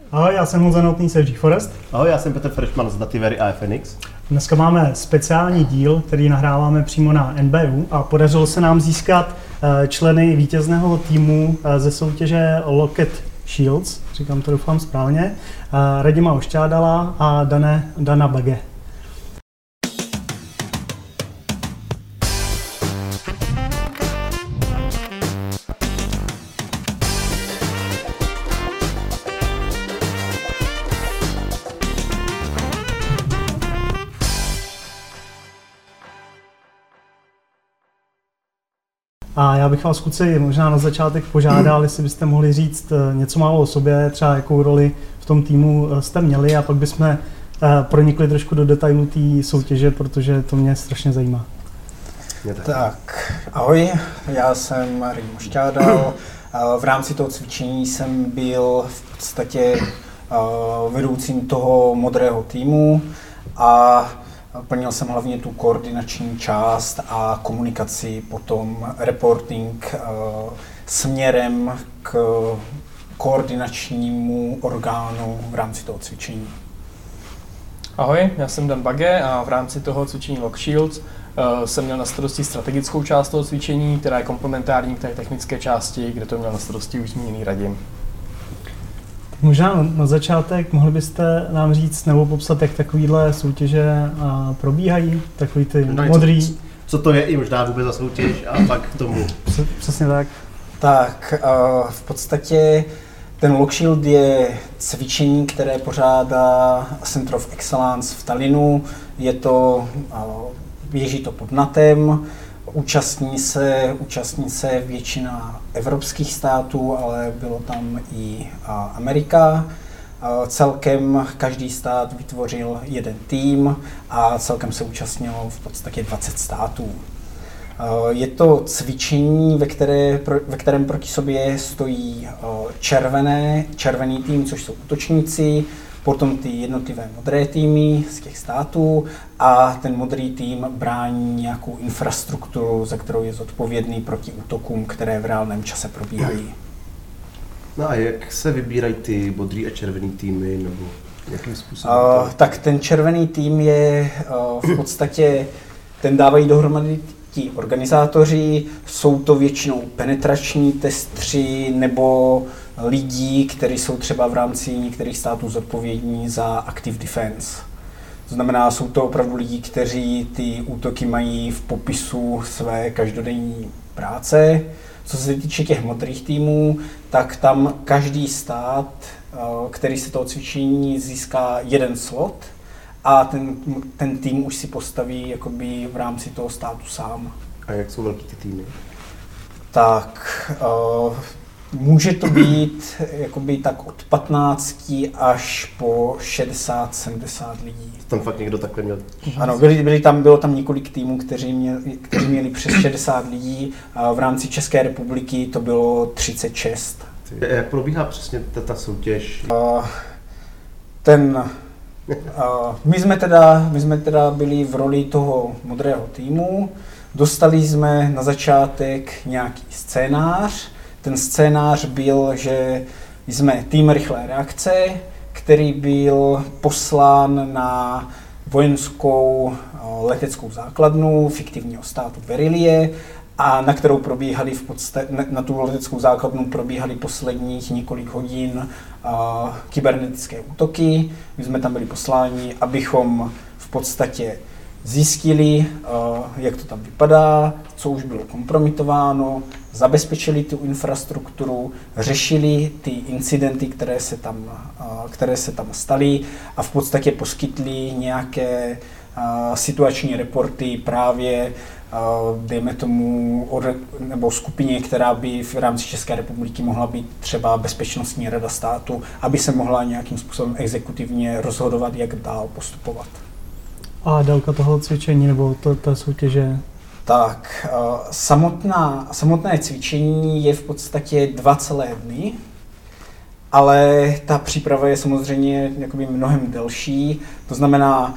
Ahoj, já jsem Honza Novotný z FG Forest. Ahoj, já jsem Petr Frešman z Dativery a FNX. Dneska máme speciální díl, který nahráváme přímo na NBU a podařilo se nám získat členy vítězného týmu ze soutěže Lockheed Shields, říkám to doufám správně, Radima Ošťádala a Dana Bage. A já bych vás, kluci, možná na začátek požádal, jestli byste mohli říct něco málo o sobě, třeba jakou roli v tom týmu jste měli, a pak bychom pronikli trošku do detailů té soutěže, protože to mě strašně zajímá. Tak, ahoj, já jsem Radim Ošťádal. V rámci toho cvičení jsem byl v podstatě vedoucím toho modrého týmu a plnil jsem hlavně tu koordinační část a komunikaci, potom reporting směrem k koordinačnímu orgánu v rámci toho cvičení. Ahoj, já jsem Dan Bage a v rámci toho cvičení Lockheed Shields jsem měl na starosti strategickou část toho cvičení, která je komplementární k té technické části, kde to měl na starosti už zmíněný Radim. Možná na začátek mohli byste nám říct nebo popsat, jak takovýhle soutěže probíhají, takový ty modrý. Co to je i možná vůbec za soutěž a pak k tomu. Přesně tak. Tak, v podstatě ten Lockheed Shield je cvičení, které pořádá Center of Excellence v Tallinnu. Běží to pod NATem, účastní se většina evropských států, ale bylo tam i Amerika. Celkem každý stát vytvořil jeden tým a celkem se účastnilo v podstatě 20 států. Je to cvičení, ve kterém proti sobě stojí červený tým, což jsou útočníci, potom ty jednotlivé modré týmy z těch států a ten modrý tým brání nějakou infrastrukturu, za kterou je zodpovědný proti útokům, které v reálném čase probíhají. No a jak se vybírají ty modrý a červený týmy, nebo jakým způsobem? Tak ten červený tým je v podstatě, ten dávají dohromady ti organizátoři, jsou to většinou penetrační testři nebo lidí, kteří jsou třeba v rámci některých států zodpovědní za active defense. To znamená, jsou to opravdu lidi, kteří ty útoky mají v popisu své každodenní práce. Co se týče těch modrých týmů, tak tam každý stát, který se toho cvičení získá jeden slot a ten tým už si postaví jakoby v rámci toho státu sám. A jak jsou velký ty týmy? Tak může to být jakoby tak od 15 až po 60-70 lidí. Tam fakt někdo takhle měl? Ano, bylo tam několik týmů, kteří měli přes 60 lidí. V rámci České republiky to bylo 36. Jak probíhá přesně ta soutěž? My jsme teda byli v roli toho modrého týmu. Dostali jsme na začátek nějaký scénář. Ten scénář byl, že jsme tým rychlé reakce, který byl poslán na vojenskou leteckou základnu fiktivního státu Berilie a na kterou na tu leteckou základnu probíhaly posledních několik hodin kybernetické útoky. My jsme tam byli posláni, abychom v podstatě zjistili, jak to tam vypadá, co už bylo kompromitováno, zabezpečili tu infrastrukturu, řešili ty incidenty, které se tam staly a v podstatě poskytli nějaké situační reporty právě, dejme tomu, nebo skupině, která by v rámci České republiky mohla být třeba Bezpečnostní rada státu, aby se mohla nějakým způsobem exekutivně rozhodovat, jak dál postupovat. A délka toho cvičení nebo ta soutěže? Tak, samotné cvičení je v podstatě 2 celé dny, ale ta příprava je samozřejmě jakoby mnohem delší. To znamená,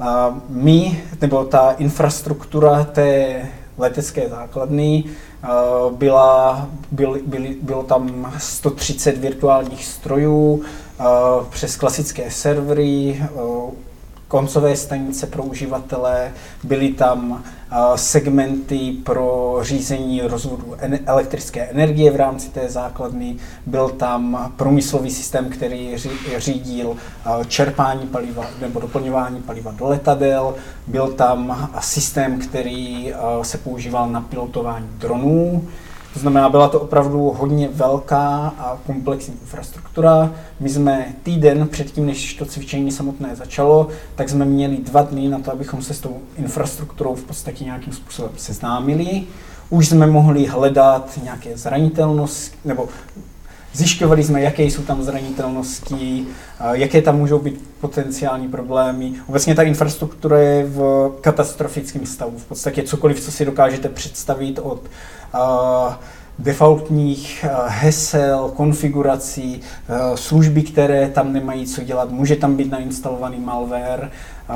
ta infrastruktura té letecké základny, bylo tam 130 virtuálních strojů, přes klasické servery, koncové stanice pro uživatele, byly tam segmenty pro řízení rozvodu elektrické energie v rámci té základny, byl tam průmyslový systém, který řídil čerpání paliva nebo doplňování paliva do letadel, byl tam systém, který se používal na pilotování dronů. To znamená, byla to opravdu hodně velká a komplexní infrastruktura. My jsme týden předtím, než to cvičení samotné začalo, tak jsme měli 2 dny na to, abychom se s tou infrastrukturou v podstatě nějakým způsobem seznámili. Už jsme mohli hledat nějaké zranitelnosti, nebo zjišťovali jsme, jaké jsou tam zranitelnosti, jaké tam můžou být potenciální problémy. Obecně ta infrastruktura je v katastrofickém stavu. V podstatě cokoliv, co si dokážete představit od defaultních hesel, konfigurací, služby, které tam nemají co dělat, může tam být nainstalovaný malware,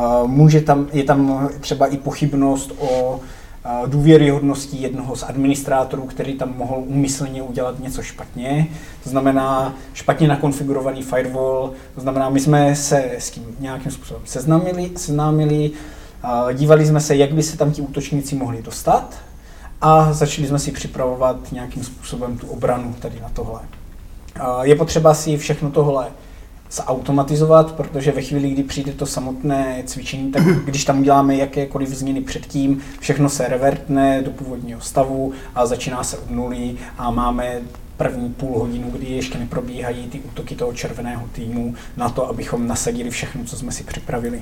je tam třeba i pochybnost o důvěryhodnosti jednoho z administrátorů, který tam mohl úmyslně udělat něco špatně. To znamená špatně nakonfigurovaný firewall. To znamená, my jsme se s tím nějakým způsobem seznámili, dívali jsme se, jak by se tam ti útočníci mohli dostat a začali jsme si připravovat nějakým způsobem tu obranu tady na tohle. Je potřeba si všechno tohle zautomatizovat, protože ve chvíli, kdy přijde to samotné cvičení, tak když tam uděláme jakékoliv změny předtím, všechno se revertne do původního stavu a začíná se od nuly a máme první půl hodinu, kdy ještě neprobíhají ty útoky toho červeného týmu na to, abychom nasadili všechno, co jsme si připravili.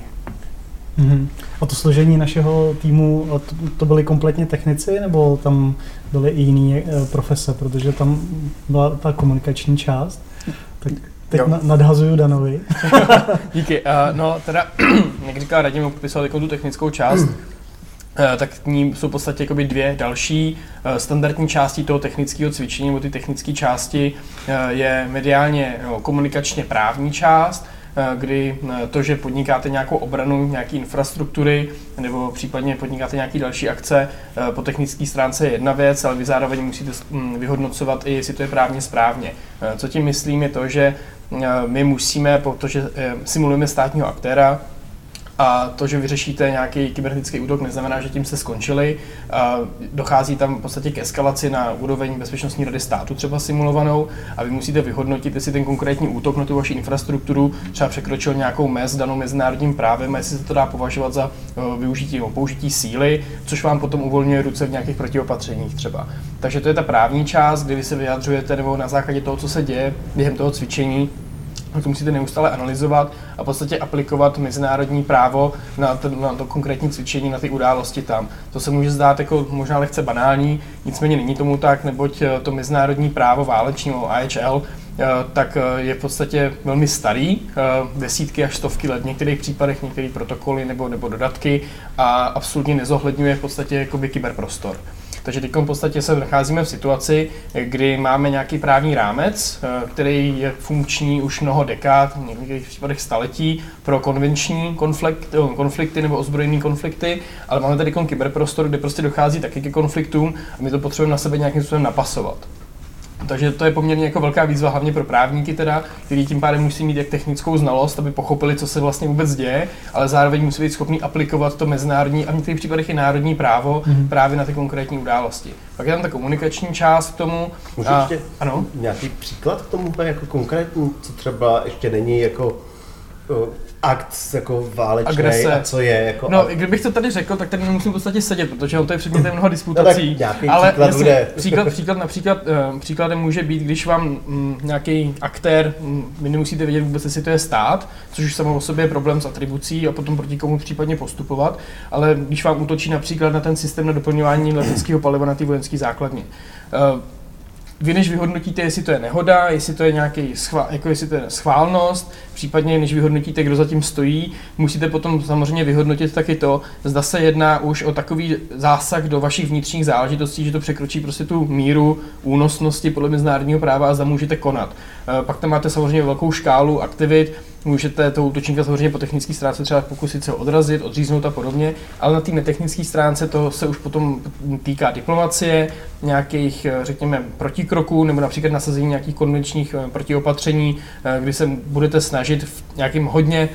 A to složení našeho týmu, to byli kompletně technici, nebo tam byly i jiné profese, protože tam byla ta komunikační část? Tak teď nadhazuju Danovi. Díky. No teda, jak říkal Radim, popisoval tu technickou část, tak k ní jsou v podstatě jakoby 2 další standardní části toho technického cvičení, nebo ty technické části je mediálně komunikačně právní část, kdy to, že podnikáte nějakou obranu, nějaké infrastruktury nebo případně podnikáte nějaké další akce po technické stránce je jedna věc, ale vy zároveň musíte vyhodnocovat i, jestli to je právně správně. Co tím myslím je to, že my musíme, protože simulujeme státního aktéra, a to, že vyřešíte nějaký kybernetický útok, neznamená, že tím jste skončili. Dochází tam v podstatě k eskalaci na úroveň Bezpečnostní rady státu třeba simulovanou a vy musíte vyhodnotit, jestli ten konkrétní útok na tu vaši infrastrukturu třeba překročil nějakou mez danou mezinárodním právem a jestli se to dá považovat za využití nebo použití síly, což vám potom uvolňuje ruce v nějakých protiopatřeních třeba. Takže to je ta právní část, kdy vy se vyjadřujete nebo na základě toho, co se děje během toho cvičení, to musíte neustále analyzovat a v podstatě aplikovat mezinárodní právo na to konkrétní cvičení, na ty události tam. To se může zdát jako možná lehce banální, nicméně není tomu tak, neboť to mezinárodní právo váleční, AHL, tak je v podstatě velmi starý, desítky až stovky let v některých případech, některé protokoly nebo dodatky a absolutně nezohledňuje v podstatě jakoby kyberprostor. Takže teď v podstatě se nacházíme v situaci, kdy máme nějaký právní rámec, který je funkční už mnoho dekád, v některých případech staletí pro konvenční konflikty nebo ozbrojené konflikty, ale máme tady kyberprostor, kde prostě dochází taky ke konfliktům a my to potřebujeme na sebe nějakým způsobem napasovat. Takže to je poměrně jako velká výzva, hlavně pro právníky teda, kteří tím pádem musí mít jak technickou znalost, aby pochopili, co se vlastně vůbec děje, ale zároveň musí být schopný aplikovat to mezinárodní a v některých případech i národní právo právě na ty konkrétní události. Pak je tam ta komunikační část k tomu. Můžu ještě nějaký příklad k tomu jako konkrétní, co třeba ještě není jako akt jako válečný a co je jako... No, kdybych to tady řekl, tak tady nemusím v podstatě sedět, protože on to je předmětem mnoha disputací. No, ale příkladem může být, když vám nějaký aktér, vy nemusíte vědět vůbec, jestli to je stát, což už samo o sobě je problém s atribucí a potom proti komu případně postupovat, ale když vám útočí například na ten systém na doplňování leteckého paliva na ty vojenské základně. Vy než vyhodnotíte, jestli to je nehoda, jestli to je nějaký jestli to je schválnost, případně než vyhodnotíte, kdo za tím stojí, musíte potom samozřejmě vyhodnotit taky to, zda se jedná už o takový zásah do vašich vnitřních záležitostí, že to překročí prostě tu míru únosnosti podle mezinárodního práva a zda můžete konat. Pak tam máte samozřejmě velkou škálu aktivit, můžete toho útočníka samozřejmě po technické stránce třeba pokusit se ho odrazit, odříznout a podobně, ale na té netechnické stránce to se už potom týká diplomacie, nějakých, řekněme, protikroků nebo například nasazení nějakých konvenčních protiopatření, kdy se budete snažit v nějakým hodně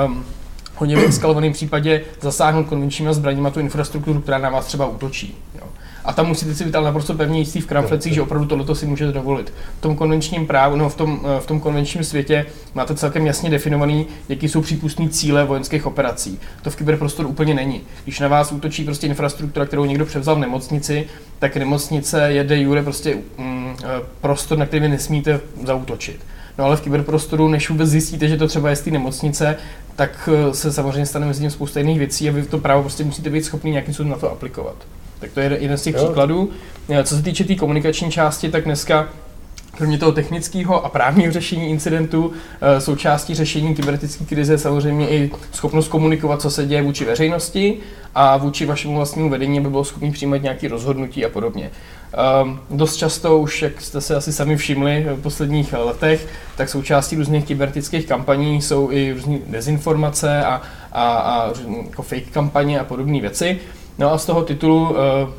eskalovaném případě zasáhnout konvenčníma zbraněma tu infrastrukturu, která na vás třeba útočí. Jo. A tam musíte si být ale naprosto pevně jistý v kramflecích, že opravdu tohleto si můžete dovolit. V tom konvenčním právu, no v tom konvenčním světě máte celkem jasně definovaný, jaký jsou přípustné cíle vojenských operací. To v kyberprostoru úplně není. Když na vás útočí prostě infrastruktura, kterou někdo převzal v nemocnici, tak nemocnice je de jure prostě prostor, na který vy nesmíte zaútočit. No ale v kyberprostoru, než vůbec zjistíte, že to třeba je z té nemocnice, tak se samozřejmě stane mezi tím spousta jiných věcí a vy to právo prostě musíte být schopni nějakým způsobem na to aplikovat. Tak to je jeden z těch příkladů. Co se týče té komunikační části, tak dneska kromě toho technického a právního řešení incidentu součástí řešení kybernetické krize samozřejmě i schopnost komunikovat, co se děje vůči veřejnosti a vůči vašemu vlastnímu vedení, aby bylo schopný přijímat nějaké rozhodnutí a podobně. Dost často už, jak jste se asi sami všimli v posledních letech, tak součástí různých kybernetických kampaní jsou i různé dezinformace a jako fake kampaně a podobné věci. No a z toho titulu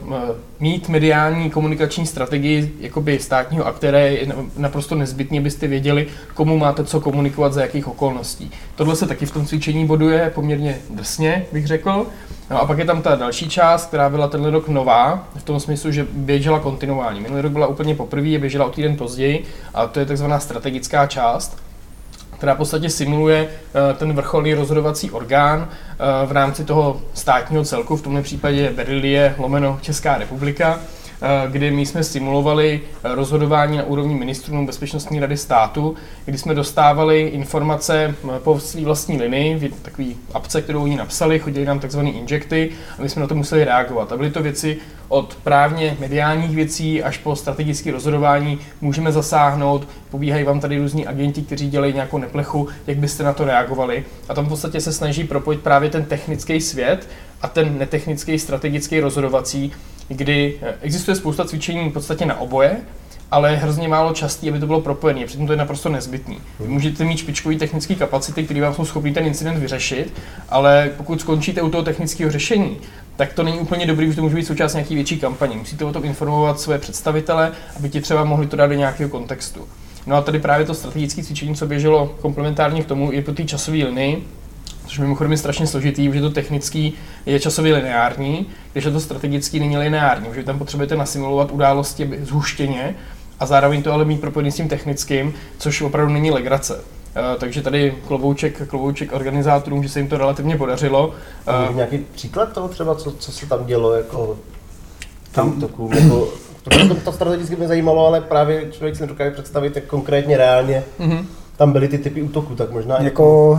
mít mediální komunikační strategii jakoby státního aktéra je naprosto nezbytně, abyste věděli, komu máte co komunikovat, za jakých okolností. Tohle se taky v tom cvičení boduje poměrně drsně, bych řekl. No a pak je tam ta další část, která byla tenhle rok nová, v tom smyslu, že běžela kontinuálně. Minulý rok byla úplně poprvé, je běžela o týden později, a to je takzvaná strategická část, která v podstatě simuluje ten vrcholný rozhodovací orgán v rámci toho státního celku, v tomhle případě Berilie / Česká republika, kdy my jsme simulovali rozhodování na úrovni ministrů Bezpečnostní rady státu, kdy jsme dostávali informace po své vlastní linii, takový apce, kterou oni napsali, chodili nám takzvané injekty a my jsme na to museli reagovat. A byly to věci od právně mediálních věcí až po strategické rozhodování, můžeme zasáhnout, pobíhají vám tady různí agenti, kteří dělají nějakou neplechu, jak byste na to reagovali. A tam v podstatě se snaží propojit právě ten technický svět a ten netechnický strategický rozhodovací, kdy existuje spousta cvičení v podstatě na oboje, ale je hrozně málo častý, aby to bylo propojené, přitom to je naprosto nezbytný. Vy můžete mít špičkový technické kapacity, které vám jsou schopný ten incident vyřešit, ale pokud skončíte u toho technického řešení, tak to není úplně dobrý, že to může být součást nějaký větší kampaně. Musíte o tom informovat své představitele, aby ti třeba mohli to dát do nějakého kontextu. No a tady právě to strategické cvičení, co běželo komplementárně k tomu, je po té časové linii, což mimochodem je strašně složitý, protože to technický je časově lineární, když to strategický není lineární, protože tam potřebujete nasimulovat události zhuštěně a zároveň to ale mít propojený s tím technickým, což opravdu není legrace. Takže tady klobouček organizátorům, že se jim to relativně podařilo. Nějaký příklad toho třeba, co se tam dělo jako tam útokům, jako, protože to strategicky mě zajímalo, ale právě člověk si nedokáže představit, jak konkrétně reálně tam byly ty typy útoků, tak možná jako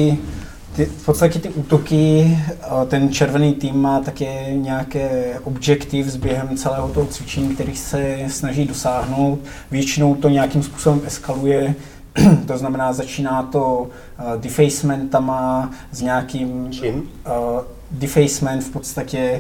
v podstatě ty útoky, ten červený tým má také nějaké objectives během celého toho cvičení, který se snaží dosáhnout. Většinou to nějakým způsobem eskaluje, to znamená, začíná to defacementama s nějakým defacement v podstatě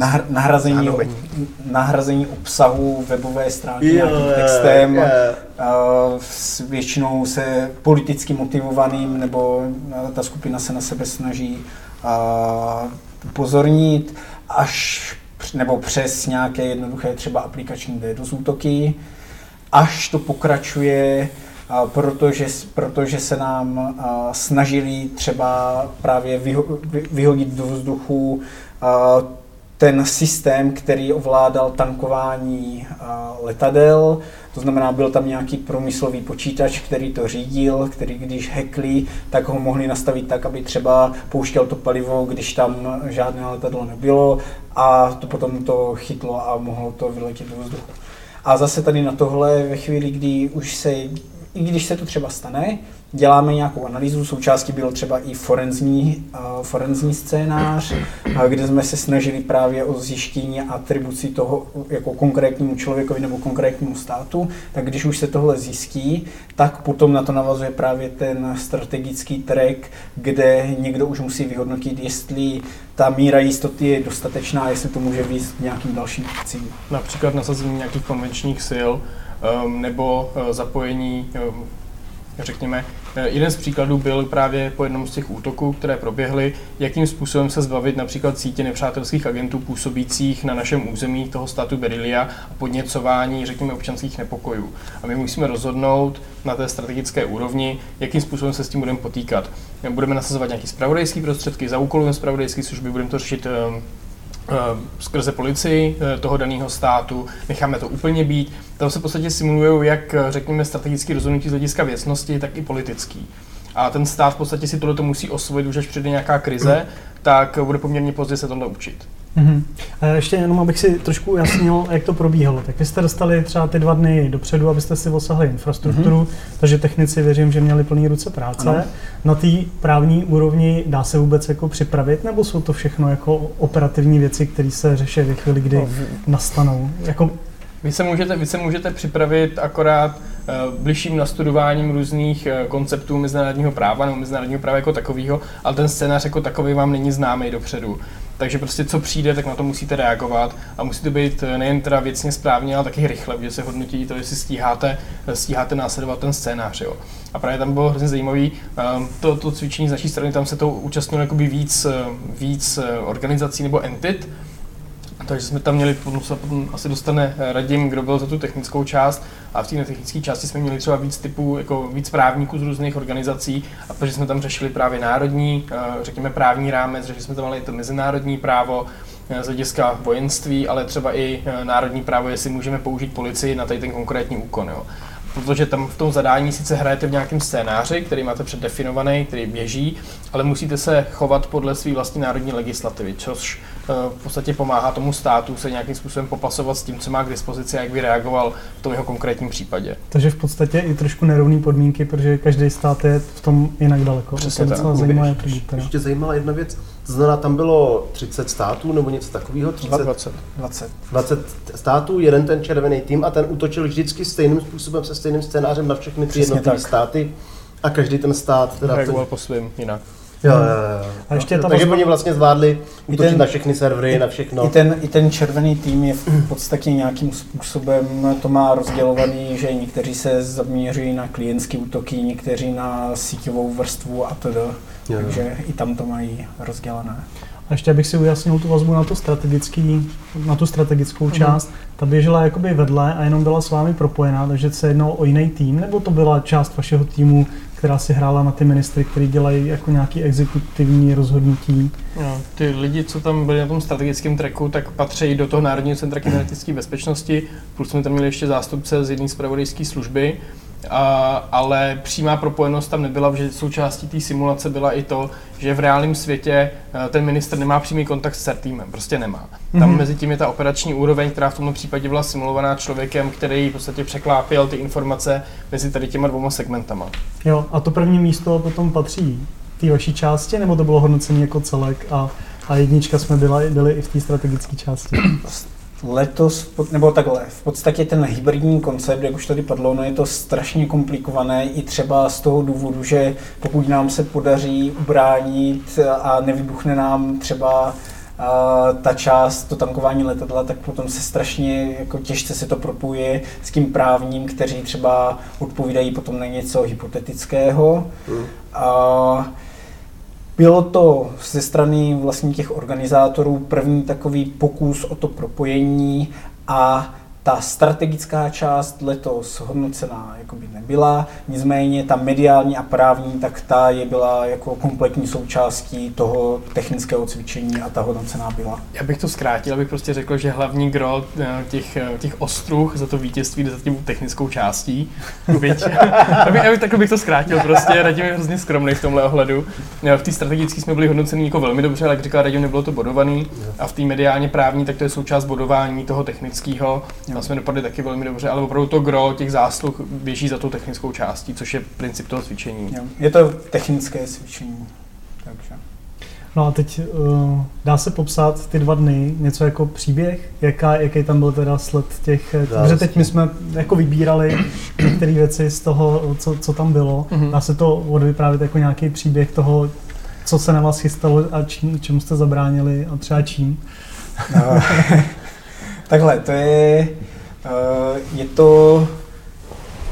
nahrazení obsahu webové stránky nějakým textem, s většinou se politicky motivovaným, nebo ta skupina se na sebe snaží upozornit, nebo přes nějaké jednoduché třeba aplikační DDoS útoky, až to pokračuje, protože se nám snažili třeba právě vyhodit do vzduchu ten systém, který ovládal tankování letadel. To znamená, byl tam nějaký průmyslový počítač, který to řídil, který když hackli, tak ho mohli nastavit tak, aby třeba pouštěl to palivo, když tam žádné letadlo nebylo, a to potom to chytlo a mohlo to vyletět do vzduchu. A zase tady na tohle ve chvíli, kdy už se, i když se to třeba stane, děláme nějakou analýzu, součástí byl třeba i forenzní scénář, kde jsme se snažili právě o zjištění atribucí toho jako konkrétnímu člověkovi nebo konkrétnímu státu, tak když už se tohle zjistí, tak potom na to navazuje právě ten strategický track, kde někdo už musí vyhodnotit, jestli ta míra jistoty je dostatečná a jestli to může vést k nějakým dalším akcím. Například nasazení nějakých konvenčních sil nebo zapojení řekněme, Jeden z příkladů byl právě po jednom z těch útoků, které proběhly, jakým způsobem se zbavit například sítě nepřátelských agentů působících na našem území toho státu Berilia a podněcování, řekněme, občanských nepokojů. A my musíme rozhodnout na té strategické úrovni, jakým způsobem se s tím budeme potýkat. Budeme nasazovat nějaké zpravodajské prostředky, zaúkolujeme zpravodajské služby, budeme to řešit skrze policii toho daného státu, necháme to úplně být. Tam se v podstatě simulují jak, řekněme, strategické rozhodnutí z hlediska věcnosti, tak i politický. A ten stát v podstatě si tohleto musí osvojit, už až přijde nějaká krize, tak bude poměrně pozdě se tohle učit. A ještě jenom, abych si trošku ujasnil, jak to probíhalo. Tak vy jste dostali třeba ty 2 dny dopředu, abyste si osahli infrastrukturu, takže technici věřím, že měli plný ruce práce. Ano. Na té právní úrovni dá se vůbec jako připravit, nebo jsou to všechno jako operativní věci, které se řeší ve chvíli, kdy nastanou? Jako... Vy se můžete připravit akorát bližším nastudováním různých konceptů mezinárodního práva nebo mezinárodního práva jako takového, ale ten scénář jako takový vám není známý dopředu. Takže prostě co přijde, tak na to musíte reagovat a musí to být nejen teda věcně správně, ale taky rychle, protože se hodnotí to, jestli stíháte následovat ten scénář. Jo. A právě tam bylo hrozně zajímavé to cvičení z naší strany, tam se to účastnilo jakoby víc organizací nebo entit. Takže jsme tam měli, potom asi dostane Radim, kdo byl za tu technickou část, a v té technické části jsme měli třeba víc typů, jako víc právníků z různých organizací, a protože jsme tam řešili právě národní, řekněme právní rámec, řešili jsme tam ale i to mezinárodní právo z hlediska vojenství, ale třeba i národní právo, jestli můžeme použít policii na tady ten konkrétní úkon. Jo. Protože tam v tom zadání sice hrajete v nějakém scénáři, který máte předdefinovaný, který běží, ale musíte se chovat podle své vlastní národní legislativy, což v podstatě pomáhá tomu státu se nějakým způsobem popasovat s tím, co má k dispozici a jak by reagoval v tom jeho konkrétním případě. Takže v podstatě i trošku nerovné podmínky, protože každý stát je v tom jinak daleko. Přesně tak. Ještě zajímavá jedna věc, to znamená, tam bylo 30 států nebo něco takového? 20 států, jeden ten červený tým a ten útočil vždycky stejným způsobem se stejným scénářem na všechny ty jednotlivé státy a každý ten stát teda reagoval po svým jinak. Jo. A ještě Takže oni vlastně zvládli útočit na všechny servery, na všechno. I ten červený tým je v podstatě nějakým způsobem to má rozdělovaný, že někteří se zaměří na klientské útoky, někteří na síťovou vrstvu a tedy. Takže i tam to mají rozdělené. A ještě abych si ujasnil tu vazbu na tu strategickou část, ta běžela jakoby vedle a jenom byla s vámi propojená, takže se jednalo o jiný tým, nebo to byla část vašeho týmu, která si hrála na ty ministry, kteří dělají jako nějaký exekutivní rozhodnutí? No, ty lidi, co tam byli na tom strategickém tracku, tak patří do toho Národního centra kybernetické bezpečnosti, plus jsme tam měli ještě zástupce z jedné zpravodajské služby, ale přímá propojenost tam nebyla, že součástí té simulace byla i to, že v reálném světě ten ministr nemá přímý kontakt s CERTeamem, prostě nemá. Tam mezi tím je ta operační úroveň, která v tomto případě byla simulovaná člověkem, který v podstatě překlápěl ty informace mezi tady těma 2 segmentama. Jo, a to první místo potom patří té vaší části, nebo to bylo hodnocení jako celek a jednička jsme byli i v té strategické části? Letos, nebo takhle, v podstatě ten hybridní koncept, jak už tady padlo, no je to strašně komplikované i třeba z toho důvodu, že pokud nám se podaří ubránit a nevybuchne nám třeba ta část, to tankování letadla, tak potom se strašně jako těžce se to propojuje s tím právním, kteří třeba odpovídají potom na něco hypotetického. Bylo to ze strany vlastně těch organizátorů první takový pokus o to propojení a ta strategická část letos hodnocená jakoby nebyla, nicméně ta mediální a právní, tak ta byla jako kompletní součástí toho technického cvičení a ta hodnocená byla. Já bych to zkrátil, abych prostě řekl, že hlavní gro těch ostruh za to vítězství jde za tím technickou částí. Takhle bych to zkrátil, prostě Radim je hrozně skromný v tomhle ohledu. V té strategické jsme byli hodnocení jako velmi dobře, ale jak říkal Radim, nebylo to bodovaný. A v té mediálně právní, tak to je součást bodování toho technického. Tam jsme dopadli taky velmi dobře, ale opravdu to gro těch zásluh běží za tou technickou částí, což je princip toho cvičení. Je to technické cvičení. Takže. No a teď dá se popsat ty 2 dny něco jako příběh, jaký tam byl teda sled těch, protože teď my jsme jako vybírali některé věci z toho, co tam bylo. Dá se to odvyprávět jako nějaký příběh toho, co se na vás chystalo a čemu jste zabránili a třeba čím? No. Takhle, to je to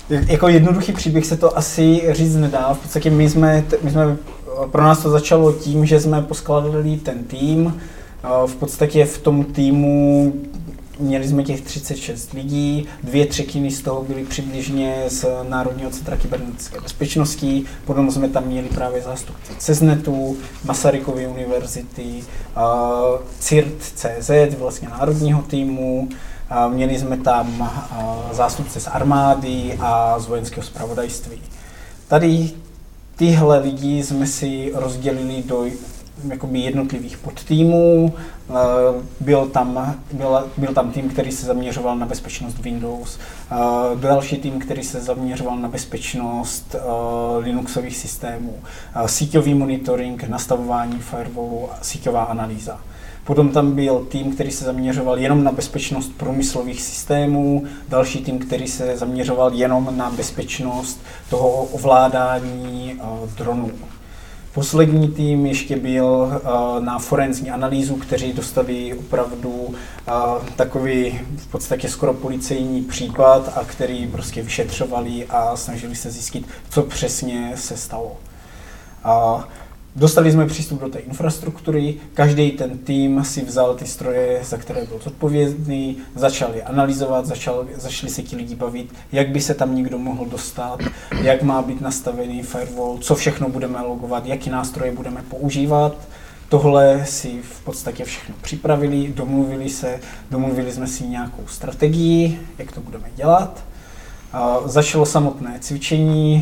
Jako jednoduchý příběh se to asi říct nedá. V podstatě my jsme pro nás to začalo tím, že jsme poskládali ten tým. V podstatě v tom týmu měli jsme těch 36 lidí, 2/3 z toho byly přibližně z Národního centra kybernetické bezpečnosti, potom jsme tam měli právě zástupce CESNETu, Masarykovy univerzity, CIRT.cz, vlastně národního týmu, měli jsme tam zástupce z armády a z vojenského zpravodajství. Tady tyhle lidi jsme si rozdělili do jakoby jednotlivých podtýmů. Byl tam tým, který se zaměřoval na bezpečnost Windows, další tým, který se zaměřoval na bezpečnost Linuxových systémů, síťový monitoring, nastavování firewallu a síťová analýza. Potom tam byl tým, který se zaměřoval jenom na bezpečnost průmyslových systémů, další tým, který se zaměřoval jenom na bezpečnost toho ovládání dronů. Poslední tým ještě byl na forenzní analýzu, kteří dostali opravdu takový v podstatě skoro policejní případ a který prostě vyšetřovali a snažili se zjistit, co přesně se stalo. Dostali jsme přístup do té infrastruktury, každý ten tým si vzal ty stroje, za které byl zodpovědný, začali analyzovat, začali se ti lidi bavit, jak by se tam někdo mohl dostat, jak má být nastavený firewall, co všechno budeme logovat, jaký nástroje budeme používat. Tohle si v podstatě všechno připravili, domluvili jsme si nějakou strategii, jak to budeme dělat. Začalo samotné cvičení,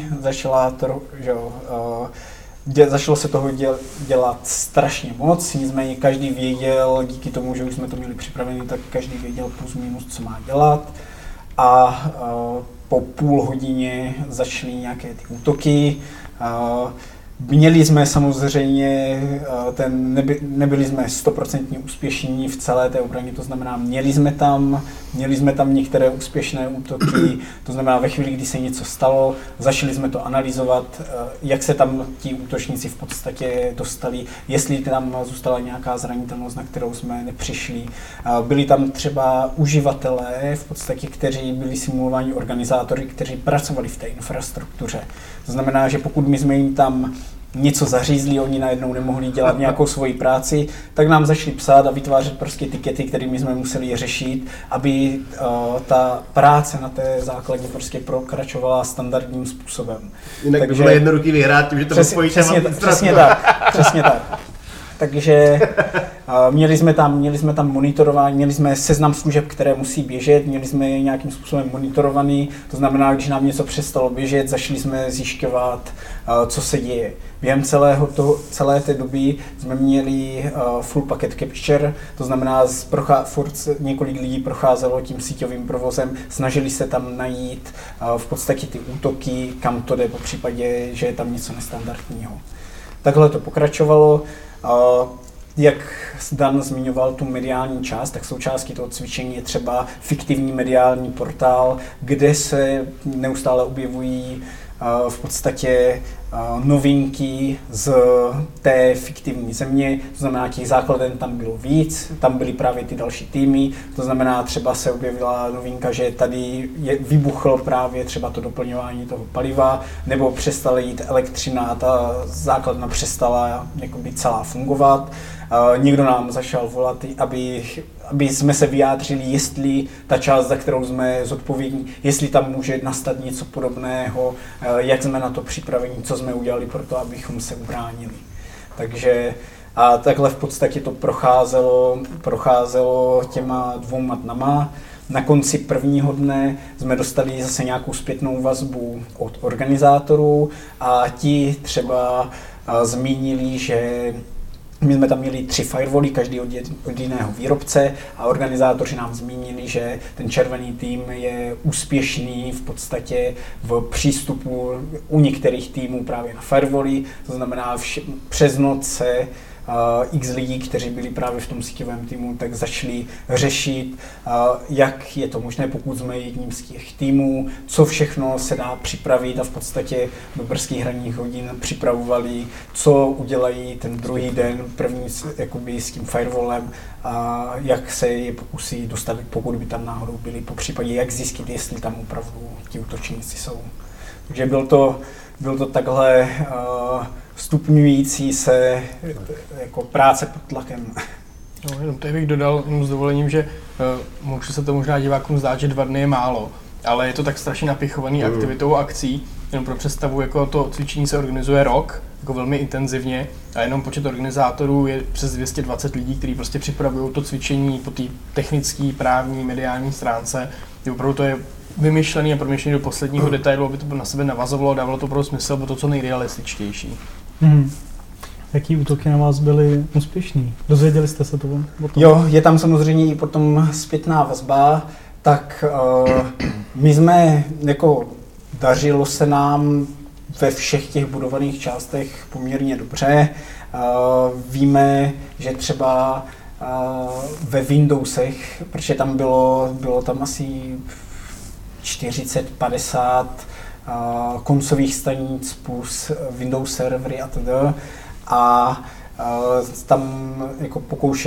začalo se toho dělat strašně moc, nicméně každý věděl, díky tomu, že už jsme to měli připravené, tak každý věděl plus minus, co má dělat. A po půl hodině začaly nějaké ty útoky. Měli jsme samozřejmě, nebyli jsme 100% úspěšní v celé té obraně, to znamená, měli jsme tam některé úspěšné útoky, to znamená, ve chvíli, kdy se něco stalo, začali jsme to analyzovat, jak se tam ti útočníci v podstatě dostali, jestli tam zůstala nějaká zranitelnost, na kterou jsme nepřišli. Byli tam třeba uživatelé, v podstatě, kteří byli simulováni organizátory, kteří pracovali v té infrastruktuře. To znamená, že pokud my jsme jim tam něco zařízli, oni najednou nemohli dělat nějakou svoji práci, tak nám začali psát a vytvářet prostě tikety, kterými jsme museli řešit, aby ta práce na té základně prostě pokračovala standardním způsobem. Jinak by bylo jednoduchý vyhrát tím, že to spojíte. Přesně tak. Takže měli jsme tam monitorování, měli jsme seznam služeb, které musí běžet, měli jsme je nějakým způsobem monitorovaný, to znamená, když nám něco přestalo běžet, začali jsme zjišťovat, co se děje. Během celé té doby jsme měli full packet capture, to znamená, furt několik lidí procházelo tím síťovým provozem, snažili se tam najít v podstatě ty útoky, kam to jde, po případě, že je tam něco nestandardního. Takhle to pokračovalo. Jak Dan zmiňoval tu mediální část, tak součástí toho cvičení je třeba fiktivní mediální portál, kde se neustále objevují v podstatě novinky z té fiktivní země, to znamená, těch základen tam bylo víc, tam byly právě ty další týmy, to znamená, třeba se objevila novinka, že tady vybuchlo právě třeba to doplňování toho paliva, nebo přestala jít elektřina a ta základna přestala jakoby celá fungovat. Někdo nám začal volat, aby jsme se vyjádřili, jestli ta část, za kterou jsme zodpovědní, jestli tam může nastat něco podobného, jak jsme na to připraveni, co jsme udělali pro to, abychom se ubránili. Takže a takhle v podstatě to procházelo těma 2 dnama. Na konci prvního dne jsme dostali zase nějakou zpětnou vazbu od organizátorů a ti třeba zmínili, že my jsme tam měli 3 firewally, každý od jiného výrobce a organizátoři nám zmínili, že ten červený tým je úspěšný v podstatě v přístupu u některých týmů právě na firewally, to znamená přes noc se x lidí, kteří byli právě v tom síťovém týmu, tak začali řešit, jak je to možné, pokud jsme jedním z těch týmů, co všechno se dá připravit a v podstatě do brzkých ranních hodin připravovali, co udělají ten druhý den, první jakoby s tím firewallem, a jak se je pokusí dostavit, pokud by tam náhodou byli, po případě jak zjistit, jestli tam opravdu ti útočníci jsou. Takže byl to takhle stupňující se jako práce pod tlakem. No, jenom tady bych dodal s dovolením, že může se to možná divákům zdát, že 2 dny je málo, ale je to tak strašně napichovaný aktivitou a akcí. Jenom pro představu, jako to cvičení se organizuje rok, jako velmi intenzivně, a jenom počet organizátorů je přes 220 lidí, kteří prostě připravují to cvičení po té technické, právní, mediální stránce. Opravdu to je vymyšlený a promyšlený do posledního detailu, aby to na sebe navazovalo, dávalo to opravdu smysl, bylo to co nejrealističtější. Jaký útoky na vás byly úspěšný? Dozvěděli jste se to o tom? Jo, je tam samozřejmě i potom zpětná vazba, tak my jsme, jako dařilo se nám ve všech těch budovaných částech poměrně dobře. Víme, že třeba ve Windowsech, protože tam bylo tam asi 40-50 koncových stanic plus Windows servery a td. A tam jako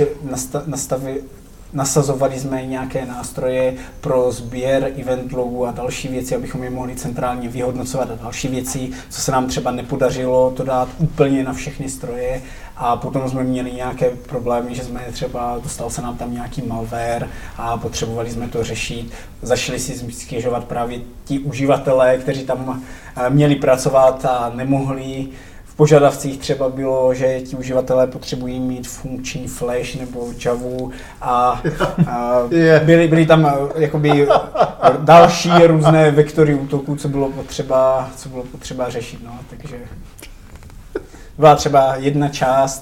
nasazovali jsme nějaké nástroje pro sběr event logů a další věci, abychom je mohli centrálně vyhodnocovat a další věci, co se nám třeba nepodařilo to dát úplně na všechny stroje. A potom jsme měli nějaké problémy, že jsme dostal se nám tam nějaký malware a potřebovali jsme to řešit. Začali si stěžovat právě ti uživatelé, kteří tam měli pracovat a nemohli. V požadavcích třeba bylo, že ti uživatelé potřebují mít funkční Flash nebo Javu a byly tam jakoby další různé vektory útoků, co bylo potřeba řešit. No. Takže byla třeba jedna část,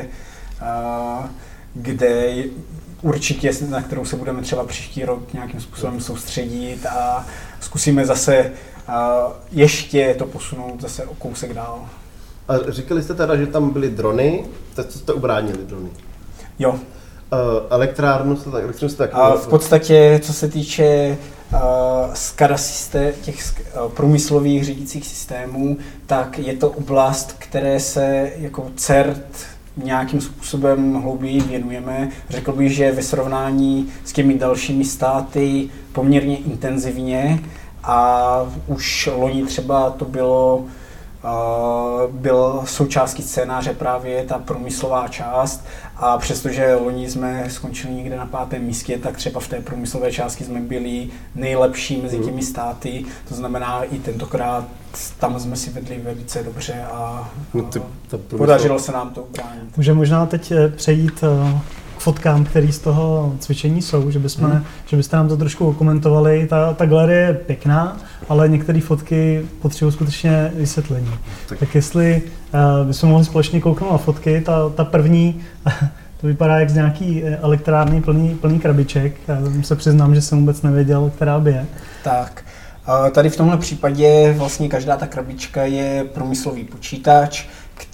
kde určitě, na kterou se budeme třeba příští rok nějakým způsobem soustředit a zkusíme zase ještě to posunout zase o kousek dál. A říkali jste teda, že tam byly drony, co jste ubránili drony? Jo. Elektrárnu jste tak v podstatě, co se týče SCADA těch průmyslových řídících systémů, tak je to oblast, které se jako CERT nějakým způsobem hlouběji věnujeme. Řekl bych, že ve srovnání s těmi dalšími státy poměrně intenzivně a už loni třeba to byl součástí scénáře právě ta průmyslová část a přestože loni jsme skončili někde na 5. místě, tak třeba v té průmyslové části jsme byli nejlepší mezi těmi státy, to znamená i tentokrát tam jsme si vedli velice dobře a podařilo se nám to ubránit. Můžeme možná teď přejít k fotkám, které z toho cvičení jsou, že byste nám to trošku okomentovali. Ta galerie je pěkná, ale některé fotky potřebují skutečně vysvětlení. Tak jestli bychom mohli společně kouknout na fotky, ta první, to vypadá jak z nějaký elektrárny plný krabiček. Já se přiznám, že jsem vůbec nevěděl, která by je. Tak. Tady v tomhle případě vlastně každá ta krabička je průmyslový počítač,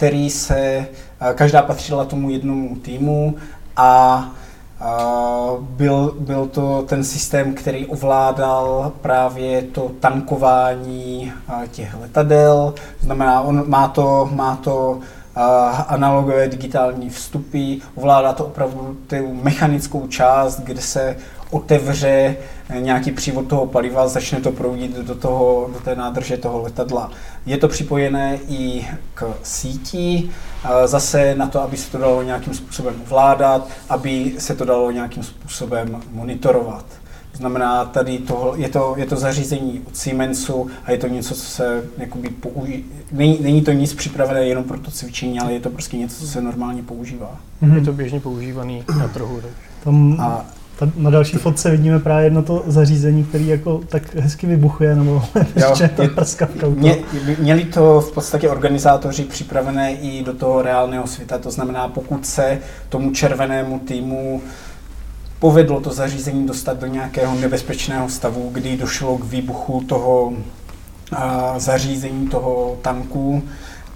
každá patřila tomu jednomu týmu a byl to ten systém, který ovládal právě to tankování těch letadel, to znamená, má to analogové digitální vstupy, ovládá to opravdu tu mechanickou část, kde se otevře nějaký přívod toho paliva, začne to proudit do té nádrže toho letadla. Je to připojené i k síti, zase na to, aby se to dalo nějakým způsobem ovládat, aby se to dalo nějakým způsobem monitorovat. To znamená, tady je to zařízení od Siemensu a je to něco, co se jakoby není to nic připravené jenom pro to cvičení, ale je to prostě něco, co se normálně používá. Je to běžně používaný na trhu. Na další fotce vidíme právě jedno to zařízení, který jako tak hezky vybuchuje, nebo prskavka. Měli to v podstatě organizátoři připravené i do toho reálného světa, to znamená, pokud se tomu červenému týmu povedlo to zařízení dostat do nějakého nebezpečného stavu, kdy došlo k výbuchu toho zařízení, toho tanku,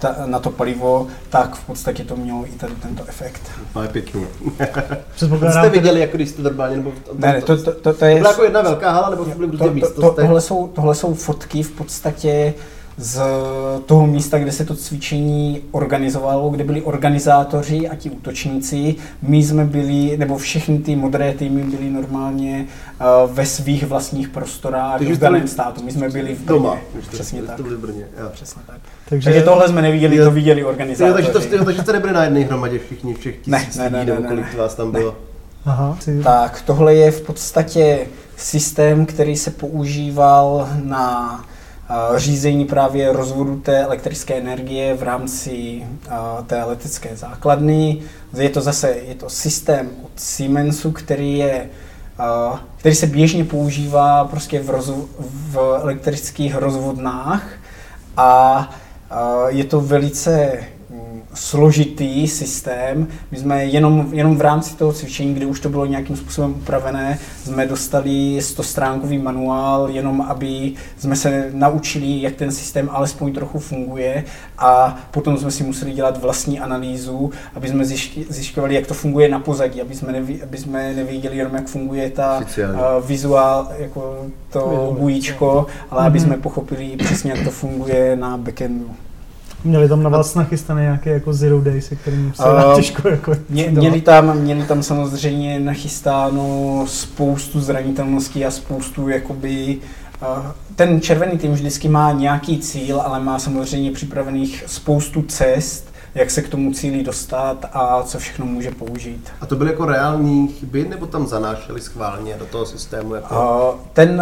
na to palivo, tak v podstatě to mělo i tady tento efekt. To je pěkně. Předpokládám, jste viděli, jako když jste normálně, nebo Ne, to je... byla jako jedna velká hala, nebo to byly různé místo? Tohle jsou fotky v podstatě z toho místa, kde se to cvičení organizovalo, kde byli organizátoři a ti útočníci. My jsme byli, nebo všechny ty modré týmy byly normálně ve svých vlastních prostorách v daném státu. My jsme byli v Brně. Doma. Přesně tak. To byli v Brně, jo. Přesně tak. takže tohle jsme neviděli, to viděli organizátoři. Takže jste nebyli na jedné hromadě všech tisíc lidí, nebo kolik vás tam bylo? Aha, Tak, tohle je v podstatě systém, který se používal na řízení právě rozvodu té elektrické energie v rámci té letecké základny. Je to systém od Siemensu, který se běžně používá prostě v elektrických rozvodnách a je to velice složitý systém. My jsme jenom v rámci toho cvičení, kde už to bylo nějakým způsobem upravené, jsme dostali 100stránkový manuál, jenom aby jsme se naučili, jak ten systém alespoň trochu funguje, a potom jsme si museli dělat vlastní analýzu, aby jsme zjišťovali, jak to funguje na pozadí, aby jsme nevěděli jenom, jak funguje ta vizuál, jako to bujíčko, ale aby jsme pochopili přesně, jak to funguje na backendu. Měli tam na vás nachystané nějaké jako zero day, se kterým se těžko jako... Měli tam samozřejmě nachystáno spoustu zranitelností a spoustu jakoby... Ten červený tým vždycky má nějaký cíl, ale má samozřejmě připravených spoustu cest, jak se k tomu cíli dostat a co všechno může použít. A to byly jako reální chyby, nebo tam zanášeli schválně do toho systému? Jako...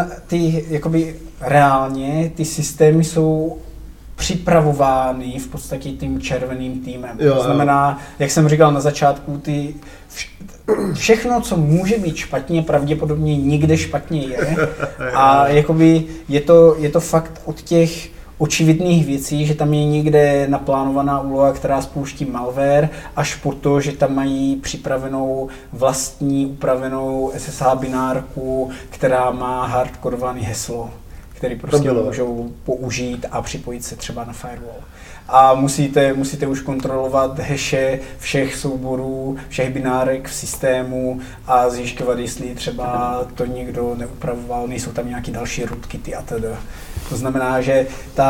Reálně ty systémy jsou připravovány v podstatě tím červeným týmem. To znamená, jak jsem říkal na začátku, všechno, co může být špatně, pravděpodobně nikde špatně je. A jakoby je to fakt od těch očividných věcí, že tam je někde naplánovaná úloha, která spouští malware, až po to, že tam mají připravenou vlastní upravenou SSH binárku, která má hardkorované heslo, který prostě můžou použít a připojit se třeba na firewall. A musíte už kontrolovat haše všech souborů, všech binárek v systému a zjišťovat, jestli třeba to někdo neupravoval, nejsou tam nějaké další rootkity atd. To znamená, že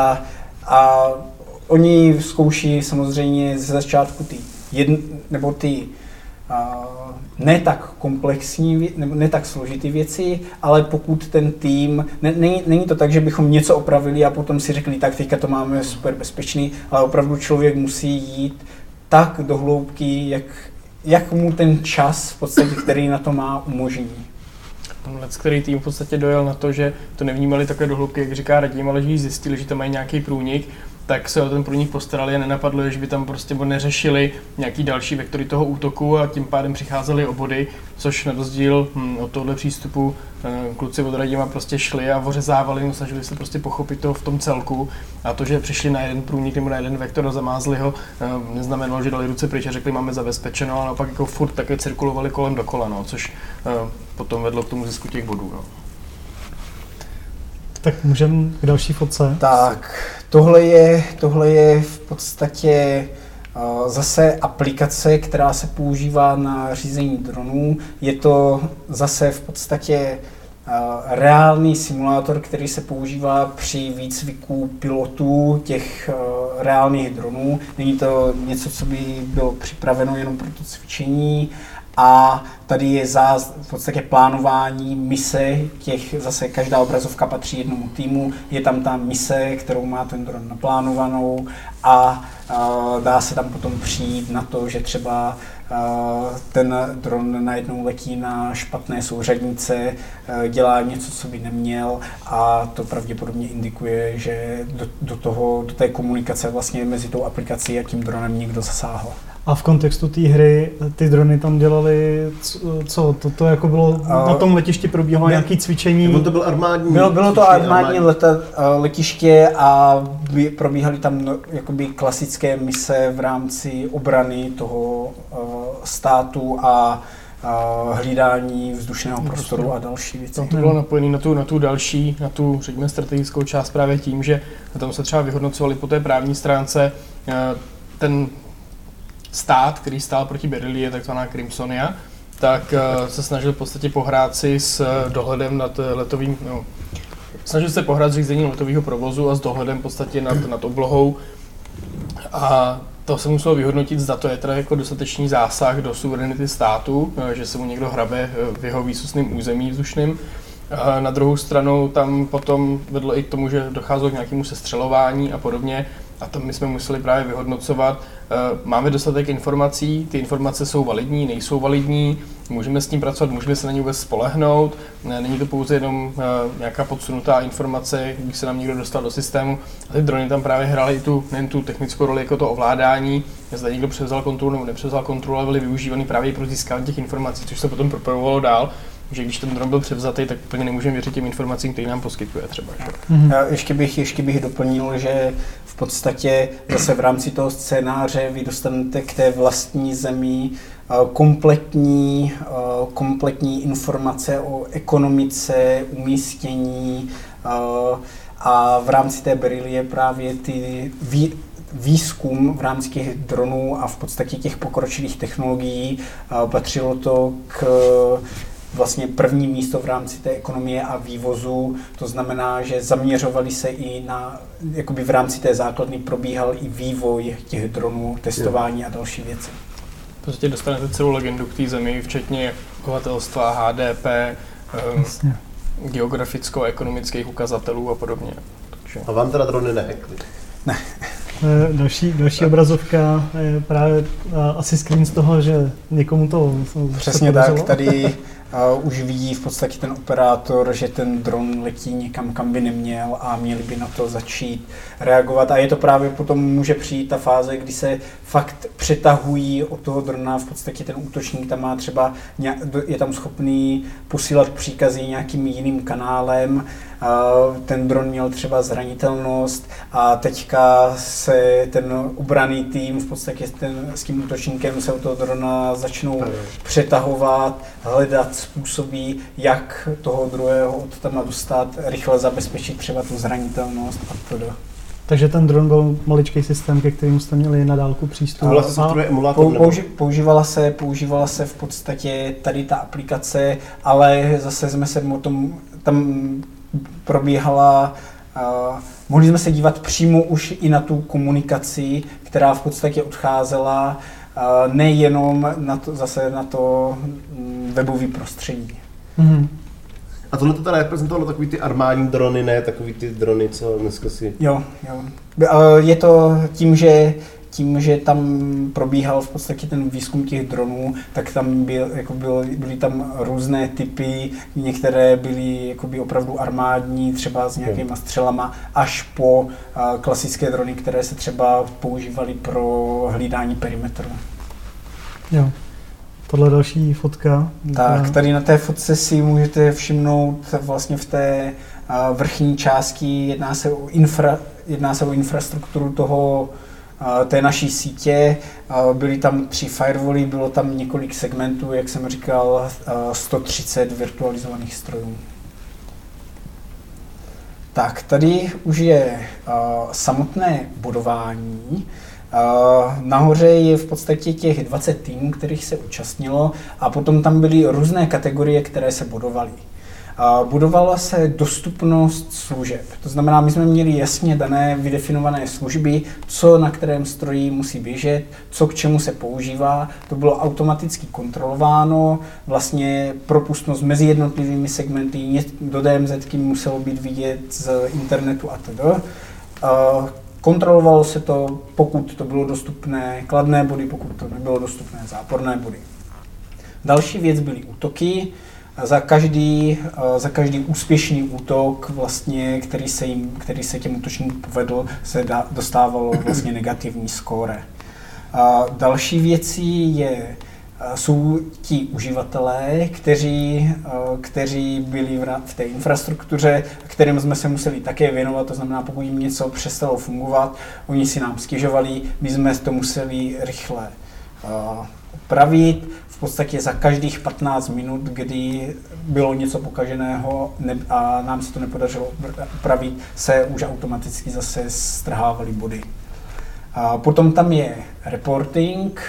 oni zkouší samozřejmě ze začátku ty ne tak komplexní, nebo ne tak složitý věci, ale pokud ten tým, není to tak, že bychom něco opravili a potom si řekli, tak teďka to máme super bezpečný, ale opravdu člověk musí jít tak do hloubky, jak mu ten čas, v podstatě, který na to má, umožní. Který tým v podstatě dojel na to, že to nevnímali takhle do hloubky, jak říká Radim, ale že když zjistili, že tam mají nějaký průnik, tak se o ten průnik postarali a nenapadlo, že by tam prostě neřešili nějaký další vektory toho útoku a tím pádem přicházeli o body, což na rozdíl od tohoto přístupu kluci od Radima prostě šli a ořezávali, snažili se prostě pochopit to v tom celku, a to, že přišli na jeden průnik nebo na jeden vektor a zamázli ho, neznamenalo, že dali ruce pryč a řekli, máme zabezpečeno, ale naopak jako furt také cirkulovali kolem dokola, což potom vedlo k tomu zisku těch bodů. Tak můžeme k další fotce. Tak, tohle je v podstatě zase aplikace, která se používá na řízení dronů. Je to zase v podstatě reálný simulátor, který se používá při výcviku pilotů těch reálných dronů. Není to něco, co by bylo připraveno jenom pro to cvičení. A tady je v podstatě plánování mise zase každá obrazovka patří jednomu týmu, je tam ta mise, kterou má ten dron naplánovanou a dá se tam potom přijít na to, že třeba ten dron najednou letí na špatné souřadnice, dělá něco, co by neměl, a to pravděpodobně indikuje, že do té komunikace vlastně mezi tou aplikací a tím dronem někdo zasáhl. A v kontextu té hry ty drony tam dělali co? To jako bylo na tom letišti probíhalo nějaké cvičení? Nebo to byl armádní? Bylo to armádní letiště a probíhaly tam jakoby klasické mise v rámci obrany toho státu a hlídání vzdušného prostoru a další věci. To bylo napojené na tu, řekněme, strategickou část právě tím, že tam se třeba vyhodnocovali po té právní stránce ten stát, který stál proti Berilii, takzvaná Crimsonia, tak se snažil v podstatě pohrát si s dohledem nad letovým, snažil se pohrát s řízením letového provozu a s dohledem v podstatě nad oblohou. A to se muselo vyhodnotit, zda to je teda jako dostatečný zásah do suverenity státu, že se mu někdo hrabe v jeho výsostném území vzdušným. Na druhou stranu tam potom vedlo i k tomu, že docházelo k nějakému sestřelování a podobně. A to my jsme museli právě vyhodnocovat. Máme dostatek informací, ty informace jsou validní, nejsou validní, můžeme s tím pracovat, můžeme se na ně vůbec spolehnout. Není to pouze jenom nějaká podsunutá informace, když se nám někdo dostal do systému. A ty drony tam právě hrály nejen tu technickou roli jako to ovládání, zda někdo převzal kontrolu nebo nepřevzal kontrolu, ale byly využívaný právě i pro získání těch informací, což se potom propojovalo dál. Že když ten dron byl převzatý, tak úplně nemůžeme věřit těm informacím, které nám poskytuje třeba. Ještě bych doplnil, že v podstatě zase v rámci toho scénáře vy dostanete k té vlastní zemi kompletní informace o ekonomice, umístění a v rámci té Berilie právě ty výzkum v rámci těch dronů a v podstatě těch pokročilých technologií patřilo to k vlastně první místo v rámci té ekonomie a vývozu, to znamená, že zaměřovali se i na, jakoby v rámci té základny probíhal i vývoj těch dronů, testování a další věci. V podstatě dostanete celou legendu k té zemi, včetně obyvatelstva, HDP, geograficko-ekonomických ukazatelů a podobně. Takže... A vám teda drony nehackly? Ne. Další obrazovka je právě asi screen z toho, že někomu to přesně tak, tady už vidí v podstatě ten operátor, že ten dron letí někam, kam by neměl a měli by na to začít reagovat. A je to právě potom může přijít ta fáze, kdy se fakt přetahují od toho drona, v podstatě ten útočník tam má třeba, je tam schopný posílat příkazy nějakým jiným kanálem, ten dron měl třeba zranitelnost a teďka se ten obranný tým v podstatě s tím útočníkem se od toho drona začnou přetahovat, hledat způsoby, jak toho druhého od tam dostat, rychle zabezpečit třeba tu zranitelnost a to. Takže ten dron byl maličký systém, ke kterému jste měli na dálku přístup. Používala se v podstatě tady ta aplikace, ale zase jsme se tam probíhala, mohli jsme se dívat přímo už i na tu komunikaci, která v podstatě odcházela nejenom na to webové prostředí. Mm-hmm. A tohle to teda reprezentovalo takový ty armádní drony, ne takový ty drony, co dneska si... Jo. Je to tím, že tam probíhal v podstatě ten výzkum těch dronů, tak tam byly tam různé typy, některé byly jakoby opravdu armádní, třeba s nějakýma střelama, až po klasické drony, které se třeba používaly pro hlídání perimetru. Jo. Tohle další fotka. Tak, tady na té fotce si můžete všimnout vlastně v té vrchní části, jedná se o infrastrukturu té naší sítě. Byly tam 3 firewally, bylo tam několik segmentů, jak jsem říkal, 130 virtualizovaných strojů. Tak, tady už je samotné bodování. Nahoře je v podstatě těch 20 týmů, kterých se účastnilo a potom tam byly různé kategorie, které se bodovaly. Budovala se dostupnost služeb. To znamená, my jsme měli jasně dané vydefinované služby, co na kterém stroji musí běžet, co k čemu se používá. To bylo automaticky kontrolováno, vlastně propustnost mezi jednotlivými segmenty, do DMZky muselo být vidět z internetu atd. Kontrolovalo se to, pokud to bylo dostupné kladné body, pokud to nebylo dostupné záporné body. Další věc byly útoky. Za každý úspěšný útok, vlastně, který se těm útočníkům povedl, se dostávalo vlastně negativní skóre. Další věcí jsou ti uživatelé, kteří byli v té infrastruktuře, kterým jsme se museli také věnovat, to znamená, pokud jim něco přestalo fungovat, oni si nám stěžovali, my jsme to museli rychle opravit. V podstatě za každých 15 minut, kdy bylo něco pokaženého a nám se to nepodařilo upravit, se už automaticky zase strhávaly body. A potom tam je reporting.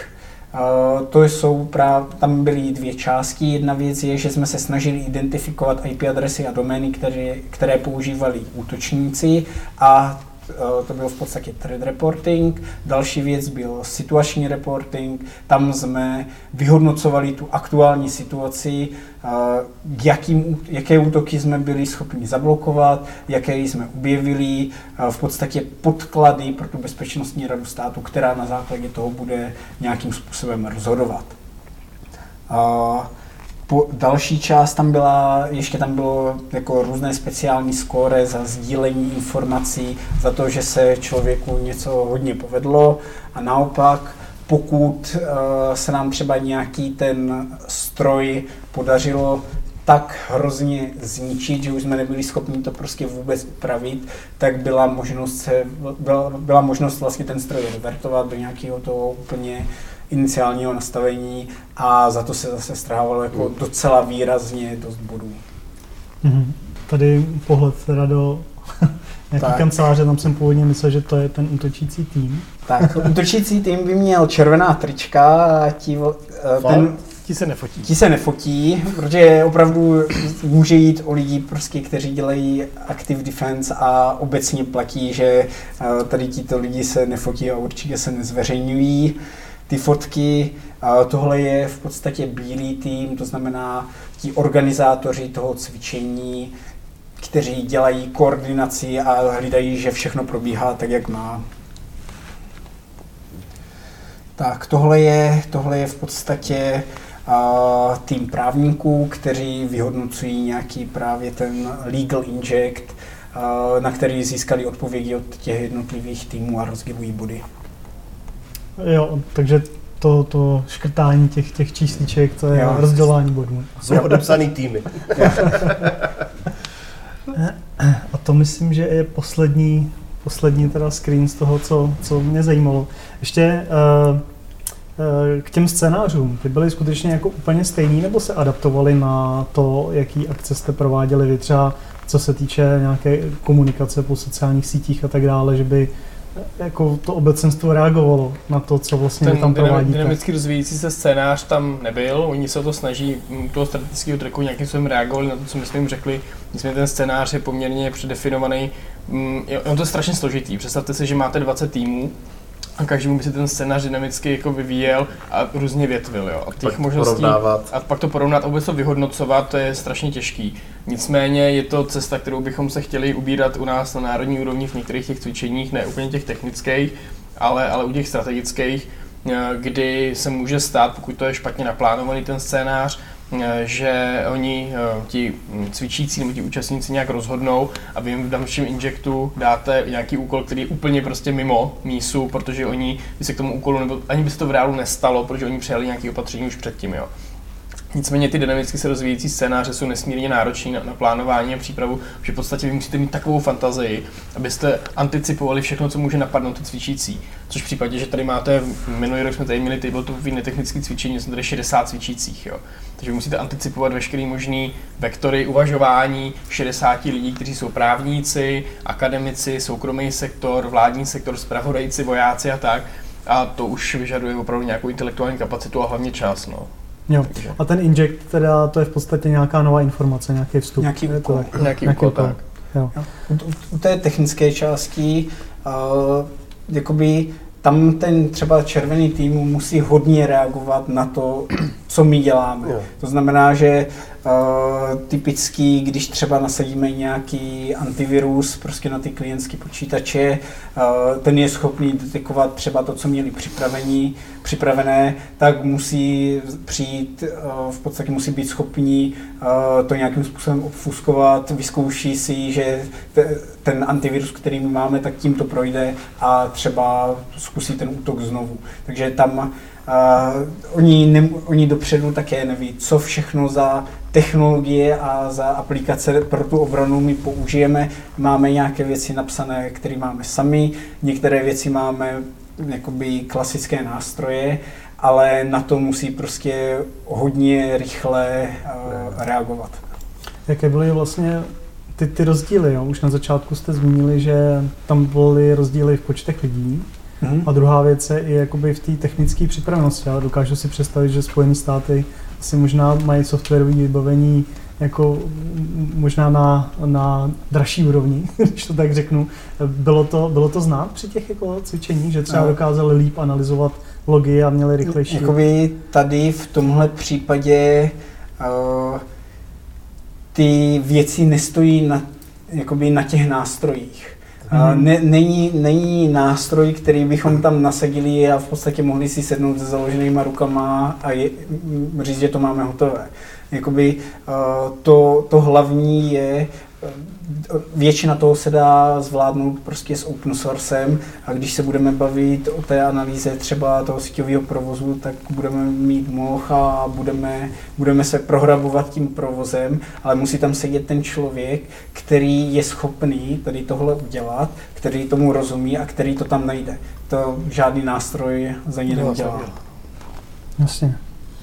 Tam byly dvě části. Jedna věc je, že jsme se snažili identifikovat IP adresy a domény, které používali útočníci, a to byl v podstatě threat reporting. Další věc byl situační reporting. Tam jsme vyhodnocovali tu aktuální situaci, jaké útoky jsme byli schopni zablokovat, jaké jsme objevili, v podstatě podklady pro tu bezpečnostní radu státu, která na základě toho bude nějakým způsobem rozhodovat. Další část tam bylo jako různé speciální skóre za sdílení informací, za to, že se člověku něco hodně povedlo, a naopak, pokud se nám třeba nějaký ten stroj podařilo tak hrozně zničit, že už jsme nebyli schopni to prostě vůbec upravit, tak byla možnost vlastně ten stroj revertovat do nějakého toho úplně iniciálního nastavení, a za to se zase strhávalo jako docela výrazně dost bodů. Tady pohled teda do nějaký kanceláře, tam jsem původně myslel, že to je ten útočící tým. Tak, útočící tým by měl červená trička a ti se nefotí, protože opravdu může jít o lidi, prostě, kteří dělají active defense, a obecně platí, že tady tito lidi se nefotí a určitě se nezveřejňují ty fotky. Tohle je v podstatě bílý tým, to znamená ti organizátoři toho cvičení, kteří dělají koordinaci a hlídají, že všechno probíhá tak, jak má. Tak tohle je v podstatě tým právníků, kteří vyhodnocují nějaký právě ten legal inject, na který získali odpovědi od těch jednotlivých týmů a rozdělují body. Jo, takže to škrtání těch čísliček, to je rozdělování bodů. Jsou odepsaný týmy. A to myslím, že je poslední teda screen z toho, co mě zajímalo. Ještě k těm scénářům. Ty byly skutečně jako úplně stejný, nebo se adaptovali na to, jaký akce jste prováděli vy, třeba co se týče nějaké komunikace po sociálních sítích a tak dále, že by jako to obecenstvo reagovalo na to, co vlastně vy tam provádíte. Dynamicky rozvíjící se scénář tam nebyl, oni se o to snaží toho strategického tracku nějakým způsobem reagovali na to, co my jsme jim řekli. Nicméně ten scénář je poměrně předefinovaný. On to je strašně složitý. Představte si, že máte 20 týmů a každému by si ten scénář dynamicky jako vyvíjel a různě větvil. Jo. A těch možností a pak to porovnat a vůbec to vyhodnocovat, to je strašně těžký. Nicméně je to cesta, kterou bychom se chtěli ubírat u nás na národní úrovni v některých těch cvičeních, ne úplně těch technických, ale u těch strategických, kdy se může stát, pokud to je špatně naplánovaný ten scénář, že oni, ti cvičící nebo ti účastníci nějak rozhodnou a vy jim v dalším injektu dáte nějaký úkol, který je úplně prostě mimo mísu, protože oni by se k tomu úkolu, nebo ani by se to v reálu nestalo, protože oni přijali nějaké opatření už předtím. Jo. Nicméně ty dynamicky se rozvíjející scénáře jsou nesmírně náročný na plánování a přípravu, že v podstatě vy musíte mít takovou fantazii, abyste anticipovali všechno, co může napadnout ty cvičící. Což v případě, že tady máte, minulý rok jsme tady měli tabletopové netechnické cvičení, jsme tady 60 cvičících. Jo. Takže musíte anticipovat veškerý možný vektory uvažování 60 lidí, kteří jsou právníci, akademici, soukromý sektor, vládní sektor, zpravodajci, vojáci a tak. A to už vyžaduje opravdu nějakou intelektuální kapacitu a hlavně čas. No. Jo. A ten inject, teda to je v podstatě nějaká nová informace, nějaký vstup. Nějaký úkol. Nějaký úkol, tak. Jo. U té technické části, jakoby tam ten třeba červený tým musí hodně reagovat na to, co my děláme. Jo. To znamená, že typicky, když třeba nasadíme nějaký antivirus prostě na ty klientské počítače, ten je schopný detekovat třeba to, co měli připravené, tak musí přijít, v podstatě musí být schopní to nějakým způsobem obfuskovat, vyzkouší si, že ten antivirus, který my máme, tak tím to projde a třeba zkusí ten útok znovu. Takže tam oni dopředu také neví, co všechno za technologie a za aplikace pro tu obranu my použijeme. Máme nějaké věci napsané, které máme sami, některé věci máme jakoby klasické nástroje ale na to musí prostě hodně rychle reagovat. Jaké byly vlastně ty rozdíly? Jo? Už na začátku jste zmínili, že tam byly rozdíly v počtech lidí. A druhá věc je i jakoby v té technické připravenosti. Já dokážu si představit, že Spojené státy asi možná mají softwarové vybavení jako možná na dražší úrovni, když to tak řeknu. Bylo to znát při těch jako cvičeních, že třeba dokázali líp analyzovat logy a měli rychlejší? Jakoby tady v tomhle případě ty věci nestojí na těch nástrojích. Není nástroj, který bychom tam nasadili a v podstatě mohli si sednout se založenýma rukama a říct, že to máme hotové. Jakoby to hlavní je, většina toho se dá zvládnout prostě s open sourcem a když se budeme bavit o té analýze třeba toho síťového provozu, tak budeme mít moh a budeme se prohrabovat tím provozem, ale musí tam sedět ten člověk, který je schopný tady tohle udělat, který tomu rozumí a který to tam najde. To žádný nástroj za ně neudělá. Jasně.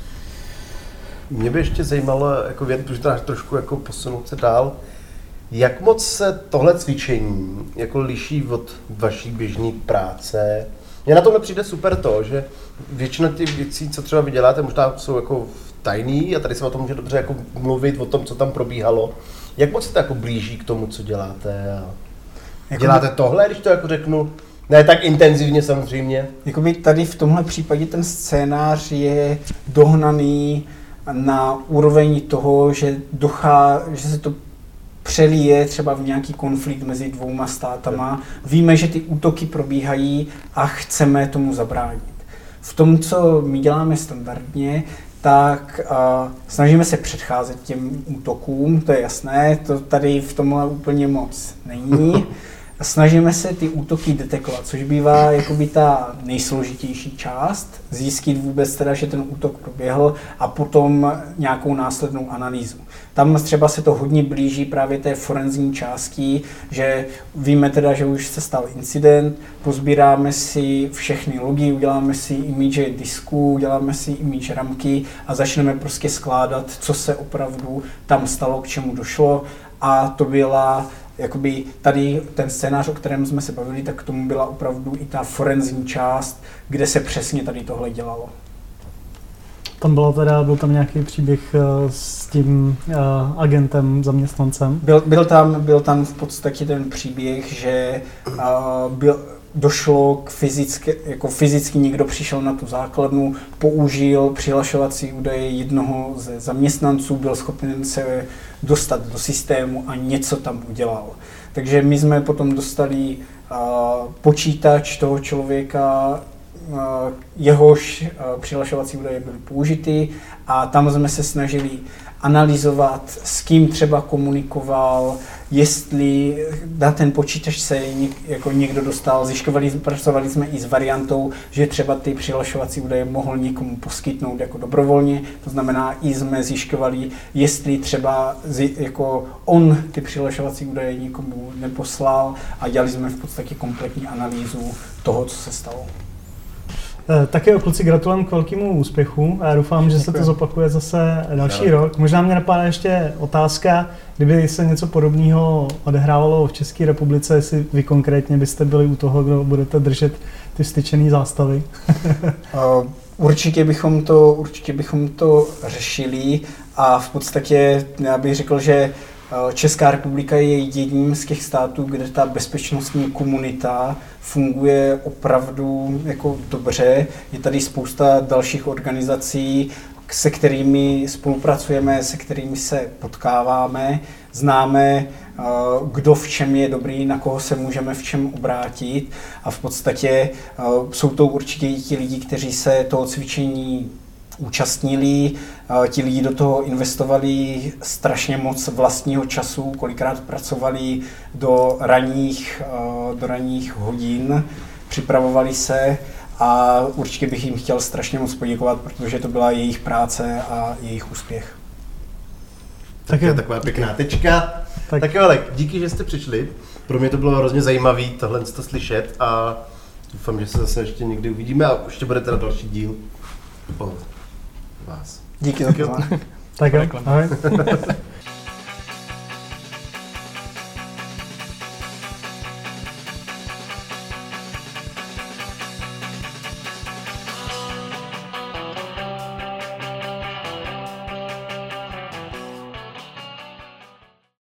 Mě by ještě zajímalo, jako vědět, protože to trošku jako posunout se dál, jak moc se tohle cvičení jako liší od vaší běžné práce? Mně na tomhle přijde super to, že většina těch věcí, co třeba vy děláte, možná jsou jako tajný a tady se o tom může dobře jako mluvit o tom, co tam probíhalo. Jak moc se to jako blíží k tomu, co děláte? Děláte tohle, když to jako řeknu? Ne tak intenzivně samozřejmě. Jakoby tady v tomhle případě ten scénář je dohnaný na úroveň toho, že se to přelíje třeba v nějaký konflikt mezi dvouma státama. Víme, že ty útoky probíhají a chceme tomu zabránit. V tom, co my děláme standardně, tak snažíme se předcházet těm útokům, to je jasné, to tady v tomhle úplně moc není. Snažíme se ty útoky detekovat, což bývá jakoby ta nejsložitější část, zjistit vůbec teda, že ten útok proběhl a potom nějakou následnou analýzu. Tam třeba se to hodně blíží právě té forenzní části, že víme teda, že už se stal incident, pozbíráme si všechny logy, uděláme si image disku, uděláme si image ramky a začneme prostě skládat, co se opravdu tam stalo, k čemu došlo a to byla jakoby tady ten scénář, o kterém jsme se bavili, tak k tomu byla opravdu i ta forenzní část, kde se přesně tady tohle dělalo. Byl tam nějaký příběh s tím agentem, zaměstnancem? Byl tam v podstatě ten příběh, že došlo k fyzicky někdo přišel na tu základnu, použil přihlašovací údaje jednoho ze zaměstnanců, byl schopen se dostat do systému a něco tam udělal. Takže my jsme potom dostali počítač toho člověka, jehož přihlašovací údaje byly použity a tam jsme se snažili analyzovat, s kým třeba komunikoval, jestli na ten počítač se jako někdo dostal, pracovali jsme i s variantou, že třeba ty přihlašovací údaje mohl někomu poskytnout jako dobrovolně, to znamená i jsme zjišťovali, jestli třeba jako on ty přihlašovací údaje někomu neposlal a dělali jsme v podstatě kompletní analýzu toho, co se stalo. Tak jo, kluci, gratulujem k velkému úspěchu a já doufám, že se to zopakuje zase další rok. Možná mě napadá ještě otázka, kdyby se něco podobného odehrávalo v České republice, jestli vy konkrétně byste byli u toho, kdo budete držet ty styčené zástavy. Určitě bychom to řešili a v podstatě já bych řekl, že Česká republika je jedním z těch států, kde ta bezpečnostní komunita funguje opravdu jako dobře. Je tady spousta dalších organizací, se kterými spolupracujeme, se kterými se potkáváme. Známe, kdo v čem je dobrý, na koho se můžeme v čem obrátit a v podstatě jsou to určitě i ti lidi, kteří se toho cvičení účastnili, ti lidi do toho investovali strašně moc vlastního času, kolikrát pracovali do raných hodin, připravovali se a určitě bych jim chtěl strašně moc poděkovat, protože to byla jejich práce a jejich úspěch. Tak je taková pěkná tečka. Tak jo, ale díky, že jste přišli. Pro mě to bylo hrozně zajímavé tohle slyšet a doufám, že se zase ještě někdy uvidíme a ještě bude teda další díl. od vás. Díky za pozvání. Tak jo, ahoj.